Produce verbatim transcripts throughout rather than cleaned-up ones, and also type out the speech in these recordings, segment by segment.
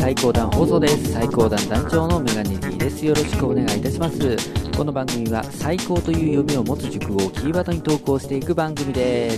最高段放送です。最高段団長のメガネ D です。よろしくお願いいたします。この番組は最高という読みを持つ熟語をキーワードに投稿していく番組です。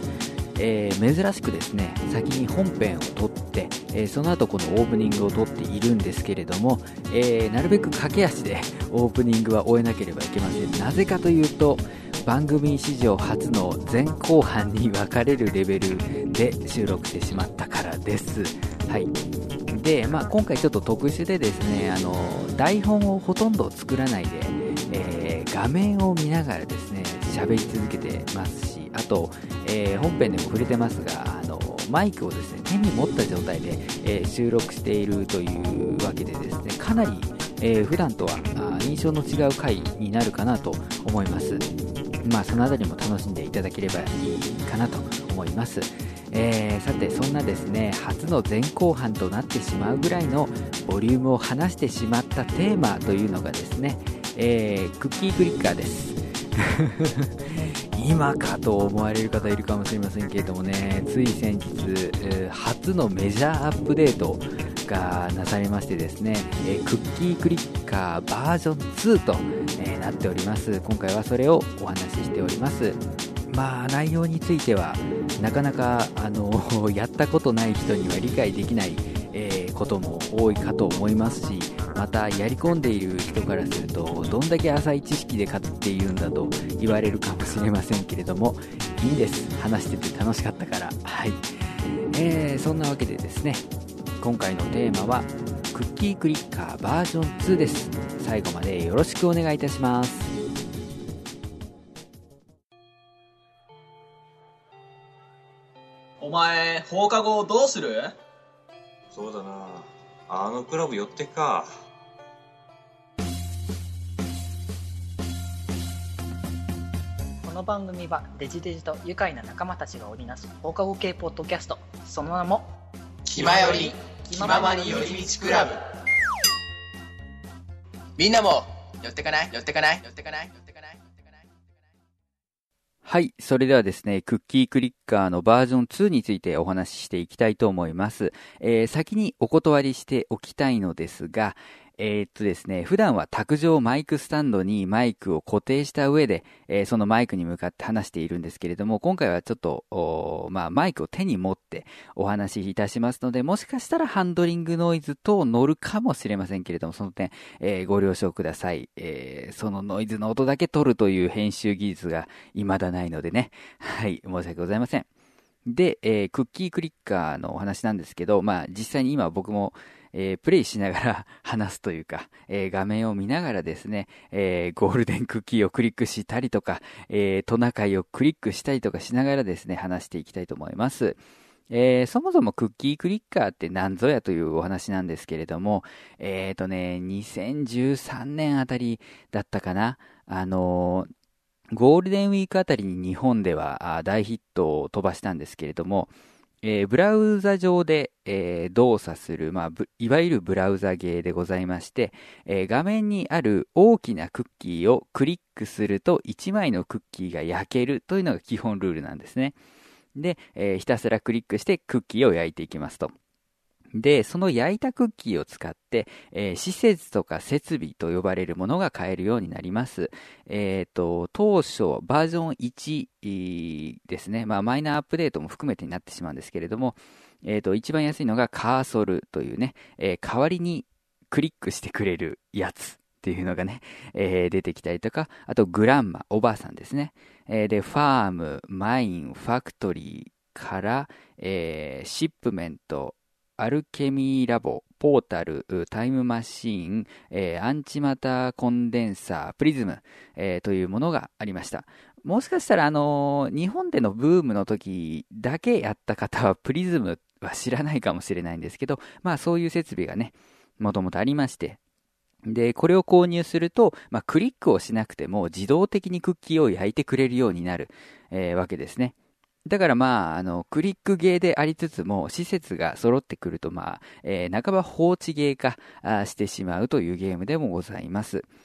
えー、珍しくですね、先に本編を撮って、えー、その後このオープニングを撮っているんですけれども、えー、なるべく駆け足でオープニングは終えなければいけません。なぜかというと、番組史上初の前後半に分かれるレベルで収録してしまったからです。はい。で、まあ、今回ちょっと特殊でですね、あの台本をほとんど作らないで、えー、画面を見ながらですね喋り続けてますし、あと、えー、本編でも触れてますが、あのマイクをですね手に持った状態で、えー、収録しているというわけでですね、かなり、えー、普段とは印象の違う回になるかなと思います。まあ、そのあたりも楽しんでいただければいいかなと思います。えー、さて、そんなですね初の前後半となってしまうぐらいのボリュームを話してしまったテーマというのがですね、えー、クッキークリッカーです今かと思われる方いるかもしれませんけれどもね、つい先日、えー、初のメジャーアップデートがなされましてですね、えー、クッキークリッカーバージョンツーと、えー、なっております。今回はそれをお話ししております。まあ、内容についてはなかなかあのやったことない人には理解できない、えー、ことも多いかと思いますし、またやり込んでいる人からするとどんだけ浅い知識で勝っているんだと言われるかもしれませんけれども、いいんです。話してて楽しかったから。はい、えー、そんなわけでですね、今回のテーマはクッキークリッカーバージョンツーです。最後までよろしくお願いいたします。 お前、放課後どうする？ そうだな、あのクラブ寄ってか。 この番組はデジデジと愉快な仲間たちが織りなす放課後系ポッドキャスト、その名も気まより気ままに寄り道クラブ。みんなも寄ってかない？寄ってかない？寄ってかない？寄ってかない？ はい。それではですね、クッキークリッカーのバージョンツーについてお話ししていきたいと思います。えー、先にお断りしておきたいのですが、えー、っとですね、普段は卓上マイクスタンドにマイクを固定した上で、えー、そのマイクに向かって話しているんですけれども、今回はちょっと、まあ、マイクを手に持ってお話しいたしますので、もしかしたらハンドリングノイズ等乗るかもしれませんけれども、その点、えー、ご了承ください。えー、そのノイズの音だけ取るという編集技術が未だないのでね。はい、申し訳ございません。で、えー、クッキークリッカーのお話なんですけど、まあ、実際に今僕もえー、プレイしながら話すというか、えー、画面を見ながらですね、えー、ゴールデンクッキーをクリックしたりとか、えー、トナカイをクリックしたりとかしながらですね、話していきたいと思います。えー、そもそもクッキークリッカーって何ぞやというお話なんですけれども、えーとね、にせんじゅうさんねんあたりだったかな、あのー、ゴールデンウィークあたりに日本では大ヒットを飛ばしたんですけれども、えー、ブラウザ上で、えー、動作する、まあ、いわゆるブラウザゲーでございまして、えー、画面にある大きなクッキーをクリックするといちまいのクッキーが焼けるというのが基本ルールなんですね。で、えー、ひたすらクリックしてクッキーを焼いていきますと。で、その焼いたクッキーを使って、えー、施設とか設備と呼ばれるものが買えるようになります。えっと、当初、バージョンいちですね。まあ、マイナーアップデートも含めてになってしまうんですけれども、えっと、一番安いのがカーソルというね、えー、代わりにクリックしてくれるやつっていうのがね、えー、出てきたりとか、あとグランマ、おばあさんですね。えー、で、ファーム、マイン、ファクトリーから、えー、シップメント、アルケミーラボ、ポータル、タイムマシーン、えー、アンチマターコンデンサー、プリズム、えー、というものがありました。もしかしたら、あのー、日本でのブームの時だけやった方はプリズムは知らないかもしれないんですけど、まあそういう設備がね、もともとありまして、で、これを購入すると、まあ、クリックをしなくても自動的にクッキーを焼いてくれるようになる、えー、わけですね。だからまあ、あの、クリックゲーでありつつも、施設が揃ってくるとまあ、えー、半ば放置ゲー化してしまうというゲームでもございます。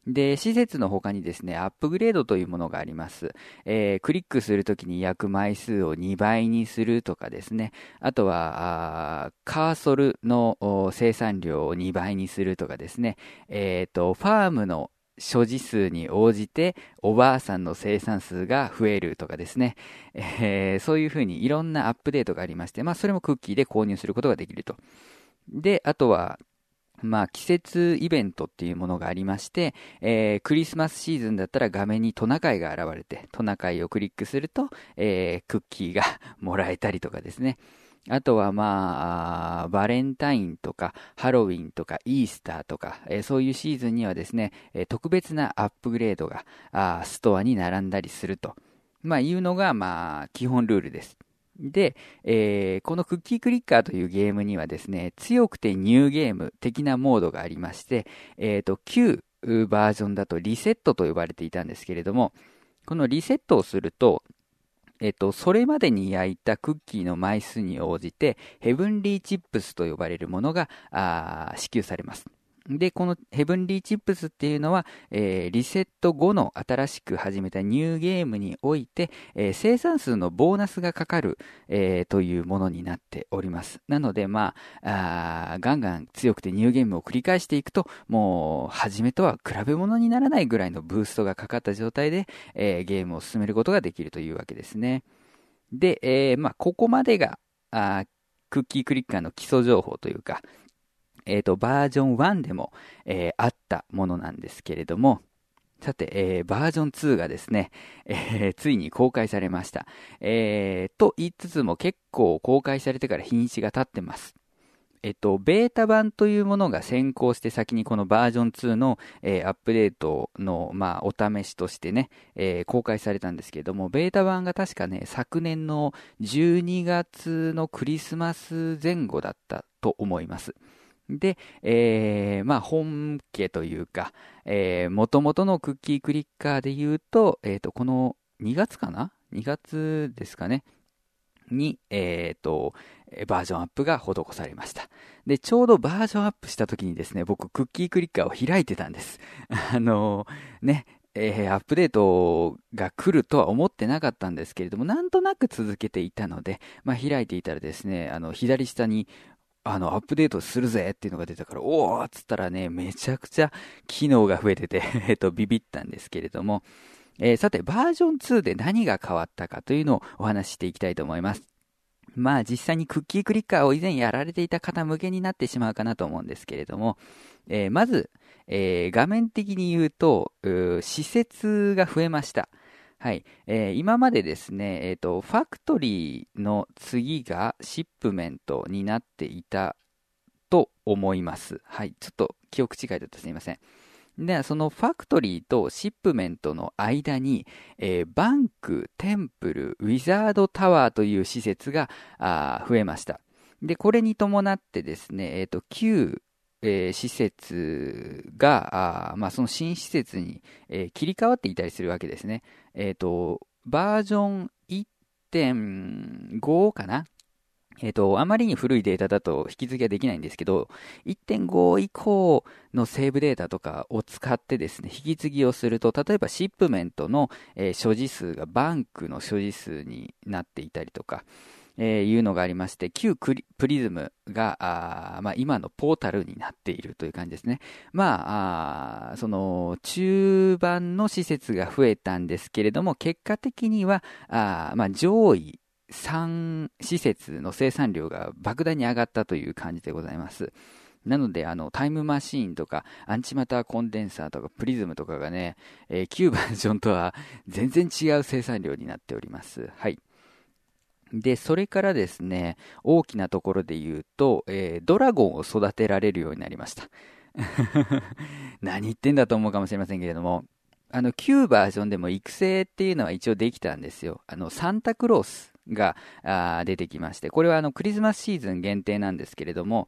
で、施設の他にですね、アップグレードというものがあります。えークリックするときに焼く枚数をにばいにするとかですね、あとは、あーカーソルのお生産量をにばいにするとかですね、えっと、ファームの所持数に応じておばあさんの生産数が増えるとかですね、えーそういうふうにいろんなアップデートがありまして、まあ、それもクッキーで購入することができると。で、あとは、まあ、季節イベントっていうものがありまして、えークリスマスシーズンだったら画面にトナカイが現れて、トナカイをクリックすると、えークッキーがもらえたりとかですね。あとはまあ、あーバレンタインとか、ハロウィンとか、イースターとか、えーそういうシーズンにはですね、えー特別なアップグレードがあーストアに並んだりすると、まあ、いうのがまあ、基本ルールです。で、えーこのクッキークリッカーというゲームにはですね、強くてニューゲーム的なモードがありまして、えっと、旧バージョンだとリセットと呼ばれていたんですけれども、このリセットをすると、えっと、それまでに焼いたクッキーの枚数に応じて、ヘブンリーチップスと呼ばれるものがあー支給されます。で、このヘブンリーチップスっていうのは、えーリセット後の新しく始めたニューゲームにおいて、えー生産数のボーナスがかかる、えーというものになっております。なので、まあ、あーガンガン強くてニューゲームを繰り返していくと、もう、初めとは比べ物にならないぐらいのブーストがかかった状態で、えーゲームを進めることができるというわけですね。で、えーまあ、ここまでが、あークッキークリッカーの基礎情報というか、えっと、バージョンワンでも、えーあったものなんですけれども、さて、えーバージョンツーがですね、えーついに公開されました。えーと言いつつも結構公開されてから日にちが経ってます。えっと、ベータ版というものが先行して先にこのバージョンツーの、えーアップデートの、まあ、お試しとしてね、えー公開されたんですけれども、ベータ版が確かね、昨年のじゅうにがつのクリスマス前後だったと思います。で、えーまあ、本家というか、えー、元々のクッキークリッカーで言うと、えっと、このにがつかな ?に 月ですかね。に、えっと、えーバージョンアップが施されました。で、ちょうどバージョンアップした時にですね、僕、クッキークリッカーを開いてたんです。あのーね、えーアップデートが来るとは思ってなかったんですけれども、なんとなく続けていたので、まあ、開いていたらですね、あの、左下に、あの、アップデートするぜっていうのが出たから、おーっつったらね、めちゃくちゃ機能が増えてて、えっと、ビビったんですけれども、えーさて、バージョンツーで何が変わったかというのをお話ししていきたいと思います。まあ、実際にクッキークリッカーを以前やられていた方向けになってしまうかなと思うんですけれども、えーまず、えー画面的に言うと、うー施設が増えました。はい。えー今までですね、えっと、ファクトリーの次がシップメントになっていたと思います。はい。ちょっと記憶違いだとすみません。で、そのファクトリーとシップメントの間に、えーバンク、テンプル、ウィザードタワーという施設があー増えました。で、これに伴ってですね、えっと、旧、えー施設が、あーまあ、その新施設に、えー切り替わっていたりするわけですね。えっと、バージョンいってんごかなえっと、あまりに古いデータだと引き継ぎはできないんですけど、いってんご以降のセーブデータとかを使ってですね、引き継ぎをすると、例えばシップメントの、えー所持数がバンクの所持数になっていたりとか、えーいうのがありまして、旧クリプリズムが、あーまあ、今のポータルになっているという感じですね。まあ、あーその、中盤の施設が増えたんですけれども、結果的には、あーまあ、上位、さん施設の生産量が莫大に上がったという感じでございます。なので、あの、タイムマシーンとか、アンチマターコンデンサーとか、プリズムとかがね、えー旧バージョンとは全然違う生産量になっております。はい。で、それからですね、大きなところで言うと、えードラゴンを育てられるようになりました。何言ってんだと思うかもしれませんけれども、あの、旧バージョンでも育成っていうのは一応できたんですよ。あの、サンタクロースがあー出てきまして、これはあの、クリスマスシーズン限定なんですけれども、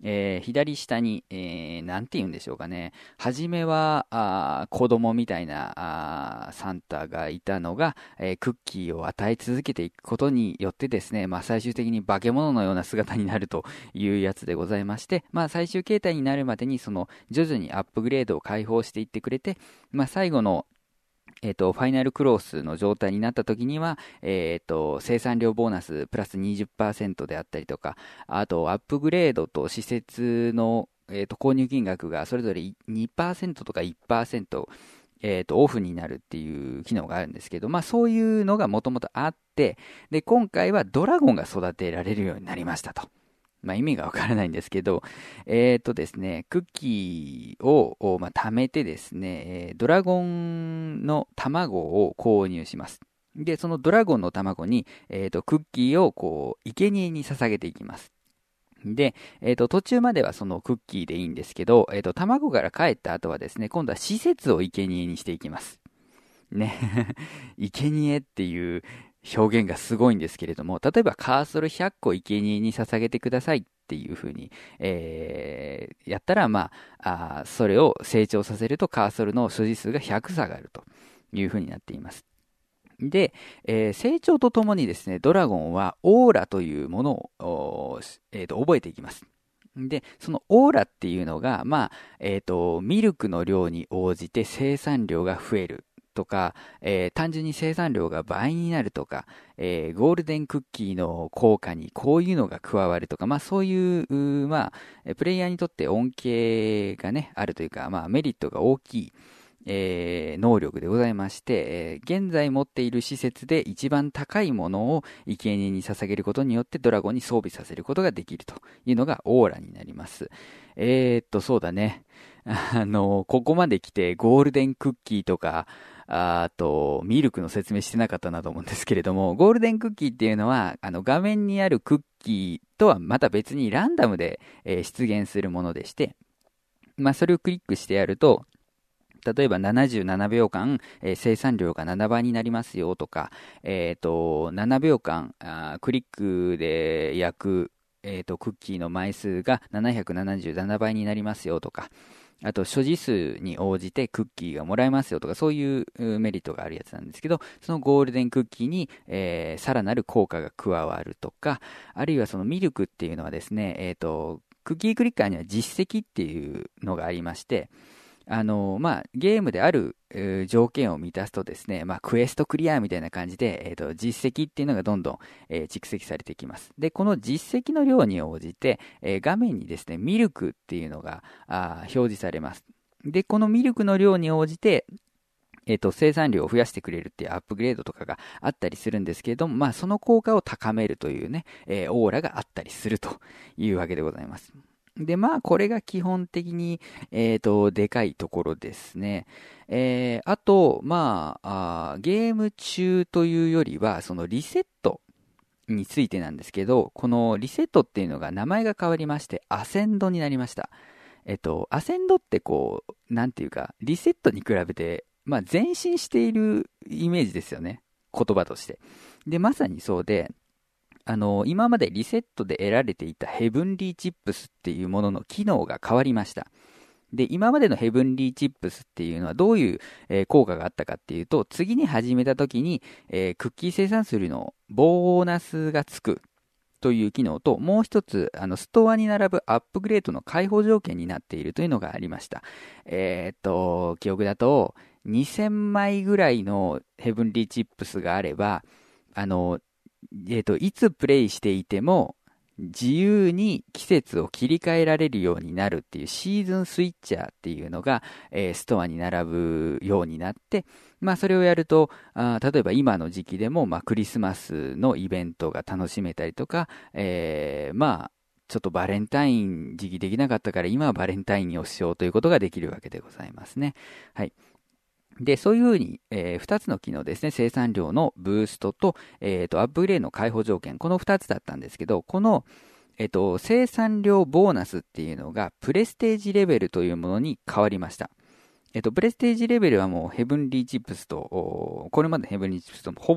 えー左下に、えーなんて言うんでしょうかね。初めは、あー子供みたいなあーサンタがいたのが、えークッキーを与え続けていくことによってですね、まあ最終的に化け物のような姿になるというやつでございまして、まあ最終形態になるまでにその徐々にアップグレードを解放していってくれて、まあ最後のえっと、ファイナルクロスの状態になった時には、えっと、生産量ボーナスプラスにじゅっパーセントであったりとか、あと、アップグレードと施設の、えっと、購入金額がそれぞれにパーセントとかいちパーセント、えっと、オフになるっていう機能があるんですけど、まあ、そういうのがもともとあって、で、今回はドラゴンが育てられるようになりましたと。まあ、意味がわからないんですけど、えっとですね、クッキーを、をまあ、貯めてですね、えードラゴンの卵を購入します。で、そのドラゴンの卵に、えっと、クッキーをこう、生贄に捧げていきます。で、えっと、途中まではそのクッキーでいいんですけど、えっと、卵から帰った後はですね、今度は施設を生贄にしていきます。ね。生贄っていう表現がすごいんですけれども、例えばカーソルひゃっこ生贄に捧げてくださいっていう風に、えーやったら、まあ、あーそれを成長させるとカーソルの所持数がひゃく下がるという風になっています。で、えー成長とともにですね、ドラゴンはオーラというものを、おーえーと覚えていきます。で、そのオーラっていうのが、まあ、えっと、ミルクの量に応じて生産量が増えるとか、えー単純に生産量が倍になるとか、えーゴールデンクッキーの効果にこういうのが加わるとか、まあそういう、うーまあ、えプレイヤーにとって恩恵がね、あるというか、まあメリットが大きい、えー能力でございまして、えー現在持っている施設で一番高いものを生贄に捧げることによってドラゴンに装備させることができるというのがオーラになります。えーっと、そうだね。あの、ここまで来てゴールデンクッキーとか、あと、ミルクの説明してなかったなと思うんですけれども、ゴールデンクッキーっていうのは、あの、画面にあるクッキーとはまた別にランダムで、えー出現するものでして、まあ、それをクリックしてやると、例えばななじゅうななびょうかん、えー生産量がななばいになりますよとか、えっと、ななびょうかん、あークリックで焼く、えっと、クッキーの枚数がななひゃくななじゅうななばいになりますよとか、あと、所持数に応じてクッキーがもらえますよとか、そういううメリットがあるやつなんですけど、そのゴールデンクッキーに、えーさらなる効果が加わるとか、あるいはそのミルクっていうのはですね、えっと、クッキークリッカーには実績っていうのがありまして、あのまあ、ゲームである、えー条件を満たすとですね、まあ、クエストクリアみたいな感じで、えーと、実績っていうのがどんどん、えー蓄積されてきます。で、この実績の量に応じて、えー画面にですね、ミルクっていうのがあー表示されます。で、このミルクの量に応じて、えっと、生産量を増やしてくれるっていうアップグレードとかがあったりするんですけれども、まあ、その効果を高めるというね、えーオーラがあったりするというわけでございます。で、まあ、これが基本的に、えっと、でかいところですね。えーあと、まあ、あーゲーム中というよりは、そのリセットについてなんですけど、このリセットっていうのが名前が変わりまして、アセンドになりました。えっと、アセンドってこう、なんていうか、リセットに比べて、まあ、前進しているイメージですよね。言葉として。で、まさにそうで、あの、今までリセットで得られていたヘブンリーチップスっていうものの機能が変わりました。で、今までのヘブンリーチップスっていうのはどういう、えー効果があったかっていうと、次に始めた時に、えークッキー生産数のボーナスがつくという機能と、もう一つ、あの、ストアに並ぶアップグレードの開放条件になっているというのがありました。えーっと、記憶だと、にせんまいぐらいのヘブンリーチップスがあれば、あの、えーっと、いつプレイしていても、自由に季節を切り替えられるようになるっていうシーズンスイッチャーっていうのが、えーストアに並ぶようになって、まあそれをやると、あー例えば今の時期でも、まあクリスマスのイベントが楽しめたりとか、えーまあちょっとバレンタイン時期できなかったから今はバレンタインをしようということができるわけでございますね。はい。で、そういうふうに、えー、ふたつの機能ですね、生産量のブーストと、えーと、アップグレードの開放条件、このふたつだったんですけど、この、えっと、生産量ボーナスっていうのが、プレステージレベルというものに変わりました。えっと、プレステージレベルはもうヘブンリーチップスと、おこれまでヘブンリーチップスとほぼ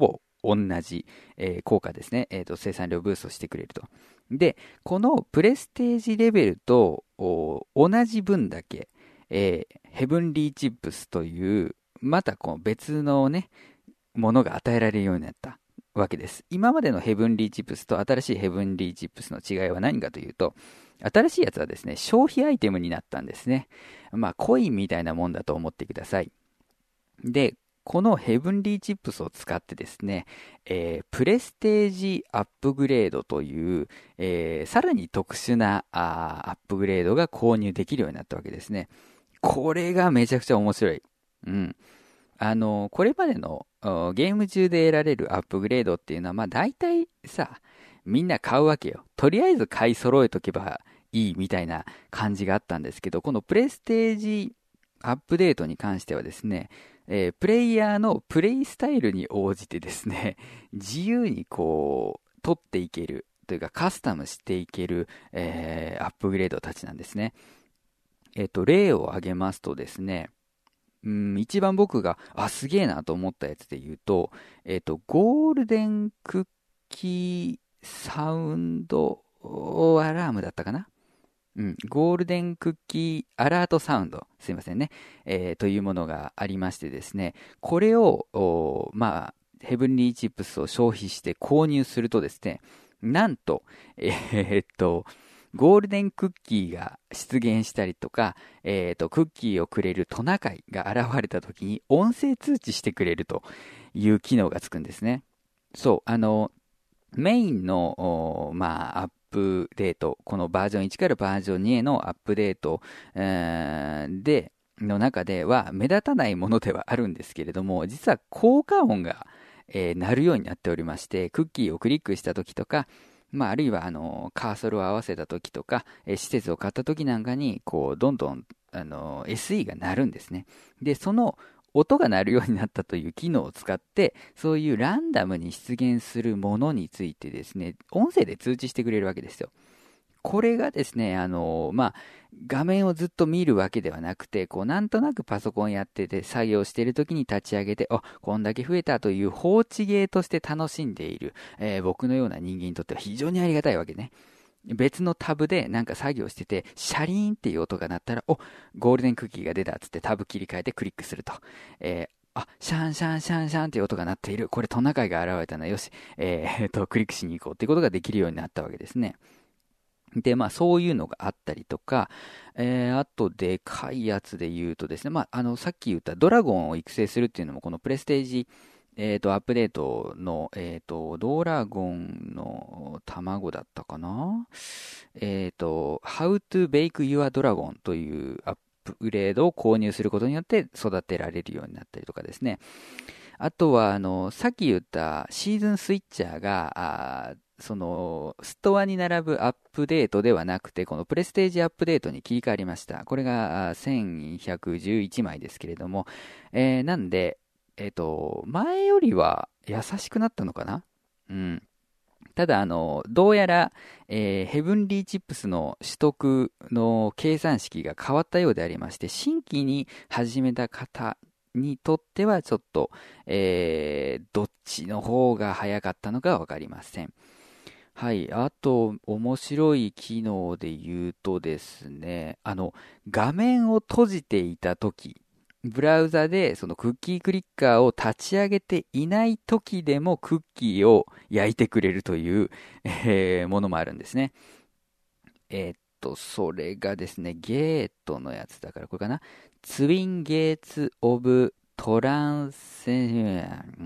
同じ、えー効果ですね、えーと、生産量ブーストしてくれると。で、このプレステージレベルとお同じ分だけ、えーヘブンリーチップスという、またこう別のね、ものが与えられるようになったわけです。今までのヘブンリーチップスと新しいヘブンリーチップスの違いは何かというと、新しいやつはですね、消費アイテムになったんですね。まあ、コインみたいなもんだと思ってください。で、このヘブンリーチップスを使ってですね、えープレステージアップグレードという、えーさらに特殊なあーアップグレードが購入できるようになったわけですね。これがめちゃくちゃ面白い。うん。あの、これまでのおゲーム中で得られるアップグレードっていうのは、まあ大体さ、みんな買うわけよ。とりあえず買い揃えとけばいいみたいな感じがあったんですけど、このプレステージアップデートに関してはですね、えープレイヤーのプレイスタイルに応じてですね、自由にこう、取っていけるというかカスタムしていける、えーアップグレードたちなんですね。えっと、例を挙げますとですね、うん、一番僕が、あ、すげえなと思ったやつで言うと、えっと、ゴールデンクッキーサウンドアラームだったかな。うん、ゴールデンクッキーアラートサウンド、すいませんね、えーというものがありましてですね、これを、おまあ、ヘブンリーチップスを消費して購入するとですね、なんと、えーっと、ゴールデンクッキーが出現したりとか、えーと、クッキーをくれるトナカイが現れた時に音声通知してくれるという機能がつくんですね。そう、あの、メインの、おまあ、アップデート、このバージョンいちからバージョンにへのアップデート、えーで、の中では目立たないものではあるんですけれども、実は効果音が、えー鳴るようになっておりまして、クッキーをクリックした時とか、まあ、あるいはあのカーソルを合わせた時とか、えー施設を買った時なんかに、こう、どんどんあの エスイー が鳴るんですね。で、その音が鳴るようになったという機能を使って、そういうランダムに出現するものについてですね、音声で通知してくれるわけですよ。これがですね、あの、まあ、画面をずっと見るわけではなくて、こう、なんとなくパソコンやってて、作業している時に立ち上げて、あ、こんだけ増えたという放置ゲーとして楽しんでいる、えー僕のような人間にとっては非常にありがたいわけね。別のタブでなんか作業してて、シャリーンっていう音が鳴ったら、お、ゴールデンクッキーが出たっつってタブ切り替えてクリックすると。えーあ、シャンシャンシャンシャンっていう音が鳴っている。これトナカイが現れたな。よし。えー、と、クリックしに行こうっていうことができるようになったわけですね。で、まあ、そういうのがあったりとか、えーあと、でかいやつで言うとですね、まあ、あの、さっき言ったドラゴンを育成するっていうのも、このプレステージ、えっと、アップデートの、えっと、ドラゴンの卵だったかな。えっと、How to Bake Your Dragon というアップグレードを購入することによって育てられるようになったりとかですね。あとは、あの、さっき言ったシーズンスイッチャーが、あーその、ストアに並ぶアップデートではなくて、このプレステージアップデートに切り替わりました。これがあーせんひゃくじゅういちまいですけれども、えーなんで、えっと、前よりは優しくなったのかな。うん。ただ、あの、どうやら、えーヘブンリーチップスの取得の計算式が変わったようでありまして、新規に始めた方にとっては、ちょっと、えーどっちの方が早かったのかわかりません。はい。あと、面白い機能で言うとですね、あの、画面を閉じていたとき、ブラウザでそのクッキークリッカーを立ち上げていないときでもクッキーを焼いてくれるという、えーものもあるんですね。えーっと、それがですね、ゲートのやつだからこれかな。ツインゲーツ・オブ・トランセ、うん、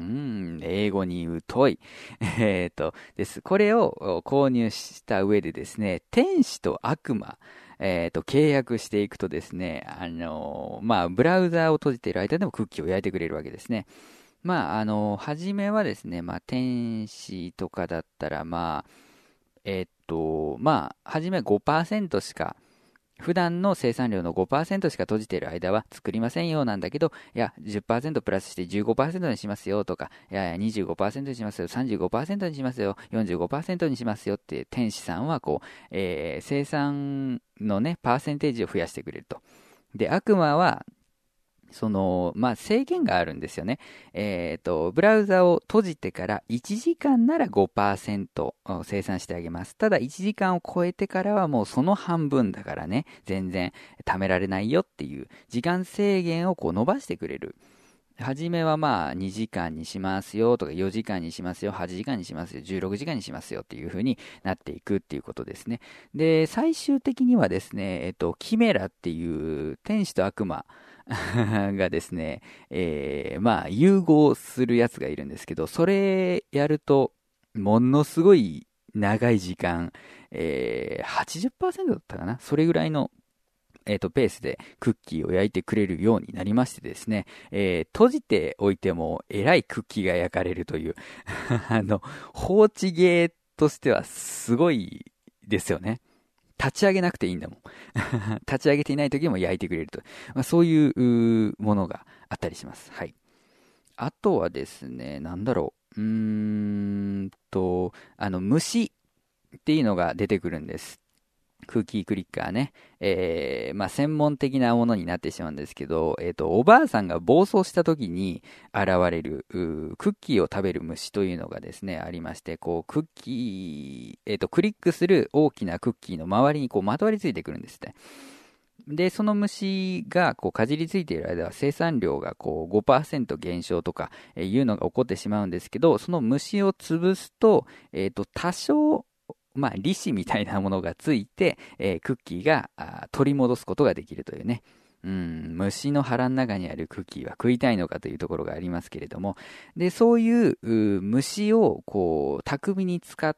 英語に疎い。えーっと、です。これをお購入した上でですね、天使と悪魔、えーっと、契約していくとですね、あのーまあ、ブラウザを閉じている間でもクッキーを焼いてくれるわけですね。まあ、あのー初めはですね、まあ、天使とかだったら、まあ、えーっと、まあ、初めはごパーセントしか、普段の生産量のごパーセントしか閉じている間は作りませんよなんだけど、いや、じゅっパーセントプラスしてじゅうごパーセントにしますよとか、いやいや、にじゅうごパーセントにしますよ、さんじゅうごパーセントにしますよ、よんじゅうごパーセントにしますよって天使さんはこう、えー生産のね、パーセンテージを増やしてくれると。で、悪魔は、 その、まあ、制限があるんですよね。えっと、ブラウザを閉じてからいちじかんならごパーセント生産してあげます。ただいちじかんを超えてからはもうその半分だからね、全然貯められないよっていう時間制限をこう伸ばしてくれる。初めはまあにじかんにしますよとかよじかんにしますよ、はちじかんにしますよ、じゅうろくじかんにしますよっていう風になっていくっていうことですね。で、最終的にはですね、えっと、キメラっていう天使と悪魔がですね、えー、まあ融合するやつがいるんですけど、それやるとものすごい長い時間、えー、はちじゅっパーセント だったかな、それぐらいのえっと、ペースでクッキーを焼いてくれるようになりましてですね、えー、閉じておいてもえらいクッキーが焼かれるというあの、放置芸としてはすごいですよね。立ち上げなくていいんだもん。立ち上げていない時も焼いてくれると。まあ、そういうものがあったりします。はい。あとはですね、なんだろう。うーんと、あの、虫っていうのが出てくるんです。クッキークリッカーね。えー、まあ、専門的なものになってしまうんですけど、えっと、おばあさんが暴走した時に現れる、クッキーを食べる虫というのがですね、ありまして、こう、クッキー、えっと、クリックする大きなクッキーの周りにこう、まとわりついてくるんですね。で、その虫がこうかじりついている間は生産量がこうごパーセント減少とかいうのが起こってしまうんですけど、その虫を潰すと、えっと、多少、まあ、利子みたいなものがついて、えー、クッキーが取り戻すことができるというね。うん、虫の腹の中にあるクッキーは食いたいのかというところがありますけれども、で、そういう虫をこう、巧みに使って、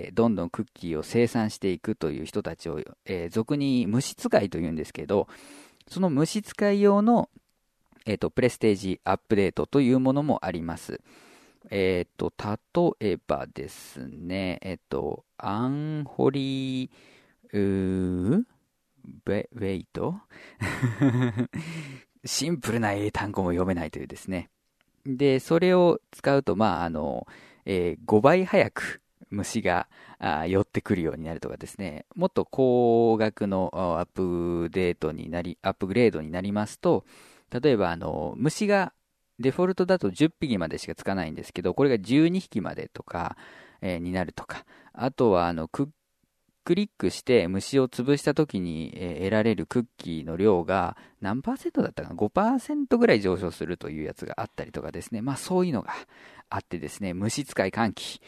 えー、どんどんクッキーを生産していくという人たちを、えー、俗に虫使いというんですけど、その虫使い用の、えっと、プレステージアップデートというものもあります。えっと、例えばですね、えっと、アンホリー、うーベウェイトシンプルな英単語も読めないというですね。で、それを使うと、まあ、あの、えーごばい早く虫があ寄ってくるようになるとかですね、もっと高額のあアップデートになり、アップグレードになりますと、例えば、あの、虫がデフォルトだとじゅっぴきまでしかつかないんですけど、これがじゅうにひきまでとか、えーになるとか、あとは、あの、クックリックして虫を潰した時に、えー得られるクッキーの量が何パーセントだったかな ?ごパーセント ぐらい上昇するというやつがあったりとかですね。まあそういうのがあってですね、虫使い喚起。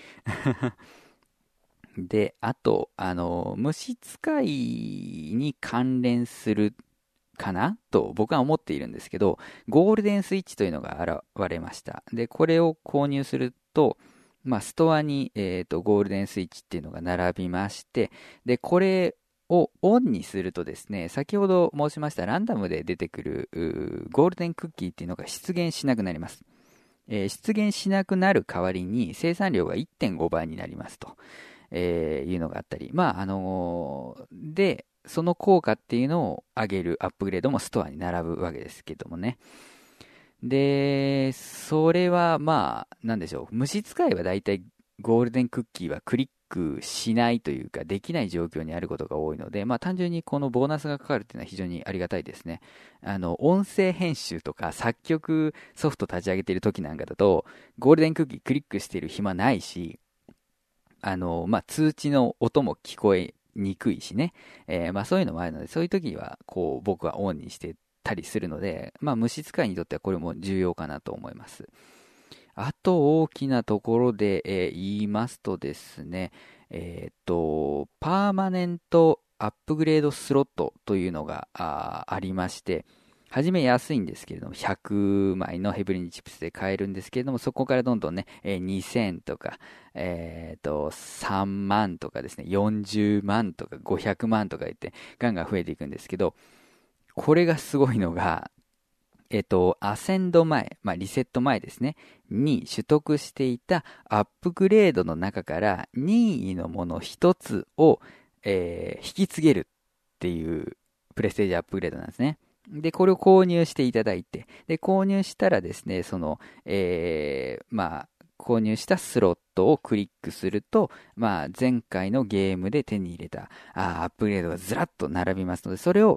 で、あと、あの、虫使いに関連するかなと僕は思っているんですけど、ゴールデンスイッチというのが現れました。で、これを購入すると、まあ、ストアに、えーと、ゴールデンスイッチっていうのが並びまして、で、これをオンにするとですね、先ほど申しましたランダムで出てくるゴールデンクッキーっていうのが出現しなくなります。えー出現しなくなる代わりに生産量がいってんごばいになりますと、えーいうのがあったり、まあ、あのーで、その効果っていうのを上げるアップグレードもストアに並ぶわけですけどもね。で、それはまあ、なんでしょう。虫使いはだいたいゴールデンクッキーはクリックしないというか、できない状況にあることが多いので、まあ単純にこのボーナスがかかるっていうのは非常にありがたいですね。あの、音声編集とか作曲ソフト立ち上げている時なんかだと、ゴールデンクッキークリックしている暇ないし、あの、まあ通知の音も聞こえにくいしね。えーまあそういうのもあるので、そういう時は、こう、僕はオンにしてたりするので、まあ虫使いにとってはこれも重要かなと思います。あと大きなところで、えー言いますとですね、えーっと、パーマネントアップグレードスロットというのがあーありまして、はじめ安いんですけれども、ひゃくまいのヘブリンチップスで買えるんですけれども、そこからどんどんね、えーにせんとか、えーっと、さんまんとかですね、よんじゅうまんとかごひゃくまんとか言って、ガンガン増えていくんですけど、これがすごいのが、えっと、アセンド前、まあ、リセット前ですね、に取得していたアップグレードの中から任意のもの一つを、えー引き継げるっていうプレステージアップグレードなんですね。で、これを購入していただいて、で、購入したらですね、その、えーまあ、購入したスロットをクリックすると、まあ、前回のゲームで手に入れたあーアップグレードがずらっと並びますので、それを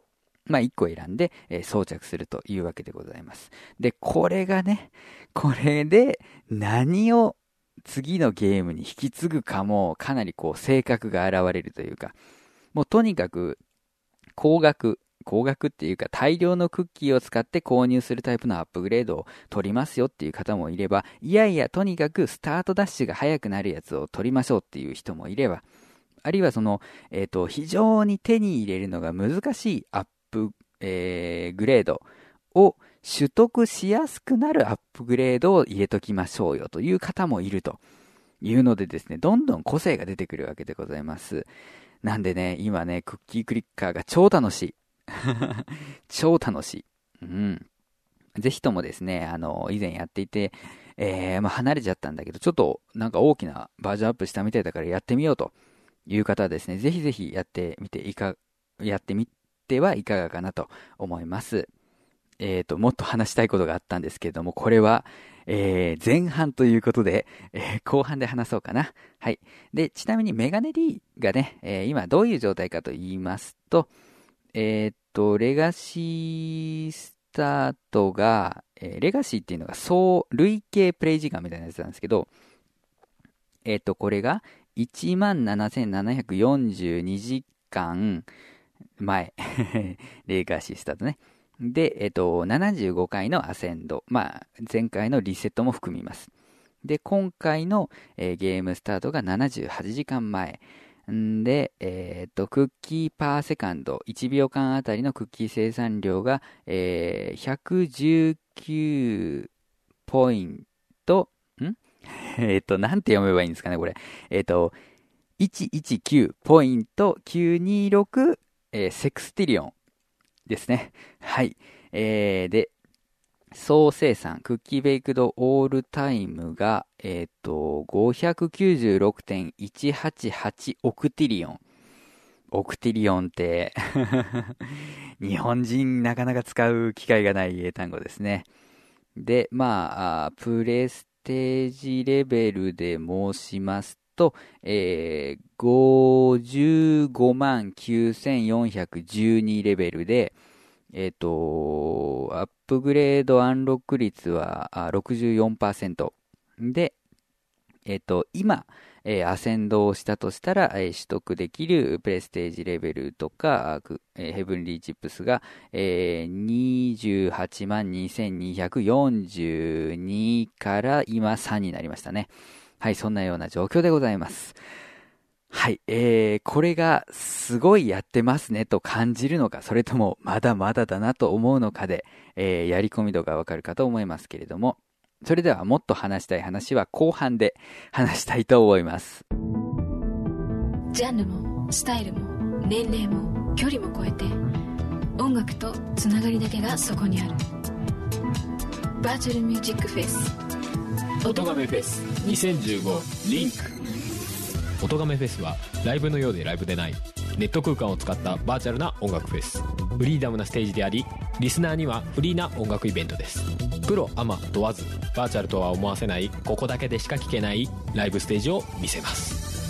まあ、いっこ選んで、えー、装着するというわけでございます。で、これがね、これで何を次のゲームに引き継ぐかもかなりこう性格が現れるというか、もうとにかく高額、高額っていうか大量のクッキーを使って購入するタイプのアップグレードを取りますよっていう方もいれば、いやいやとにかくスタートダッシュが速くなるやつを取りましょうっていう人もいれば、あるいはその、えっと、非常に手に入れるのが難しいアップ、えー、グレードを取得しやすくなるアップグレードを入れときましょうよという方もいるというのでですね、どんどん個性が出てくるわけでございます。なんでね、今ね、クッキークリッカーが超楽しい。超楽しい。うん。ぜひともですね、あの、以前やっていて、えー、まあ離れちゃったんだけど、ちょっとなんか大きなバージョンアップしたみたいだからやってみようという方はですね、ぜひぜひやってみていか、やってみてはいかがかなと思います。えっと、もっと話したいことがあったんですけれども、これは、えー、前半ということで、えー、後半で話そうかな。はい。で、ちなみにメガネ D がね、えー、今どういう状態かと言いますと、えー、っと、レガシースタートが、えー、レガシーっていうのが総、累計プレイ時間みたいなやつなんですけど、えー、っと、これが いちまんななせんななひゃくよんじゅうにじかんまえ、レガシースタートね。で、えっと、ななじゅうごかいのアセンド。まあ、前回のリセットも含みます。で、今回の、えー、ゲームスタートがななじゅうはちじかんまえ。んで、えっと、クッキーパーセカンド。いちびょうかんあたりのクッキー生産量が、えー、ひゃくじゅうきゅうポイント、んえっと、なんて読めばいいんですかね、これ。えっと、ひゃくじゅうきゅうポイントきゅうにじゅうろく、えー、セクスティリオン。ですね。はい。えー、で、総生産、クッキーベイクドオールタイムが、えっと、ごひゃくきゅうじゅうろくてんいちはちはち オクティリオン。オクティリオンって、日本人なかなか使う機会がない英単語ですね。で、まあ、プレステージレベルで申しますと、えー、ごじゅうごまんきゅうせんよんひゃくじゅうにレベルで、えっと、アップグレードアンロック率は ろくじゅうよんパーセント で、えっと、今、えー、アセンドをしたとしたら、えー、取得できるプレステージレベルとか、えー、ヘブンリーチップスが、えー、にじゅうはちまんにせんにひゃくよんじゅうにから今さんになりましたね。はい、そんなような状況でございます。はい、えー、これがすごいやってますねと感じるのか、それともまだまだだなと思うのかで、えー、やり込み度がわかるかと思いますけれども、それではもっと話したい話は後半で話したいと思います。 ジャンルもスタイルも年齢も距離も超えて、音楽とつながりだけがそこにある。バーチャルミュージックフェス音亀フェスにせんじゅうごリンク。音亀フェスはライブのようでライブでないネット空間を使ったバーチャルな音楽フェス。フリーダムなステージであり、リスナーにはフリーな音楽イベントです。プロアマ問わず、バーチャルとは思わせない、ここだけでしか聴けないライブステージを見せます。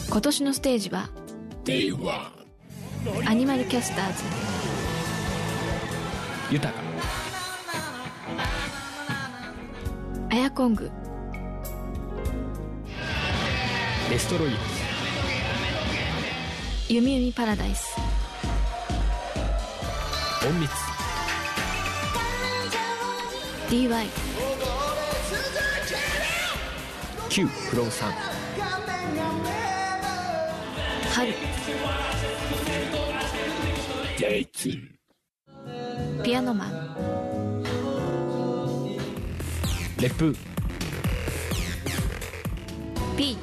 今年のステージはデイワンアニマルキャスターズ、 豊か、 アヤコング、 デストロイヤーズ、 ユミユミパラダイス、 隠密、 ディーワイ、 Q フロンさん、 春、 ジェイツー、 ピアノマン、 レップ、 P、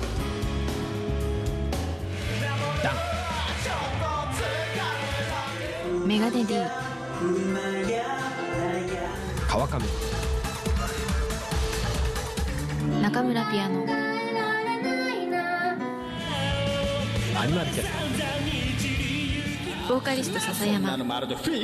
ダン、 メガネ D、 川上、 中村ピアノ、 アニマルキャスター、 ボーカリスト笹山、 春、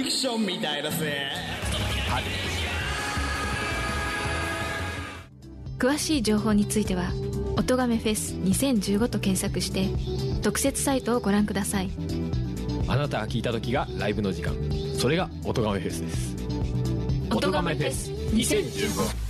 詳しい情報については音亀フェスにせんじゅうごと検索して特設サイトをご覧ください。 あなたが聞いた時がライブの時間、それが音亀フェスです。 音亀フェスにせんじゅうご。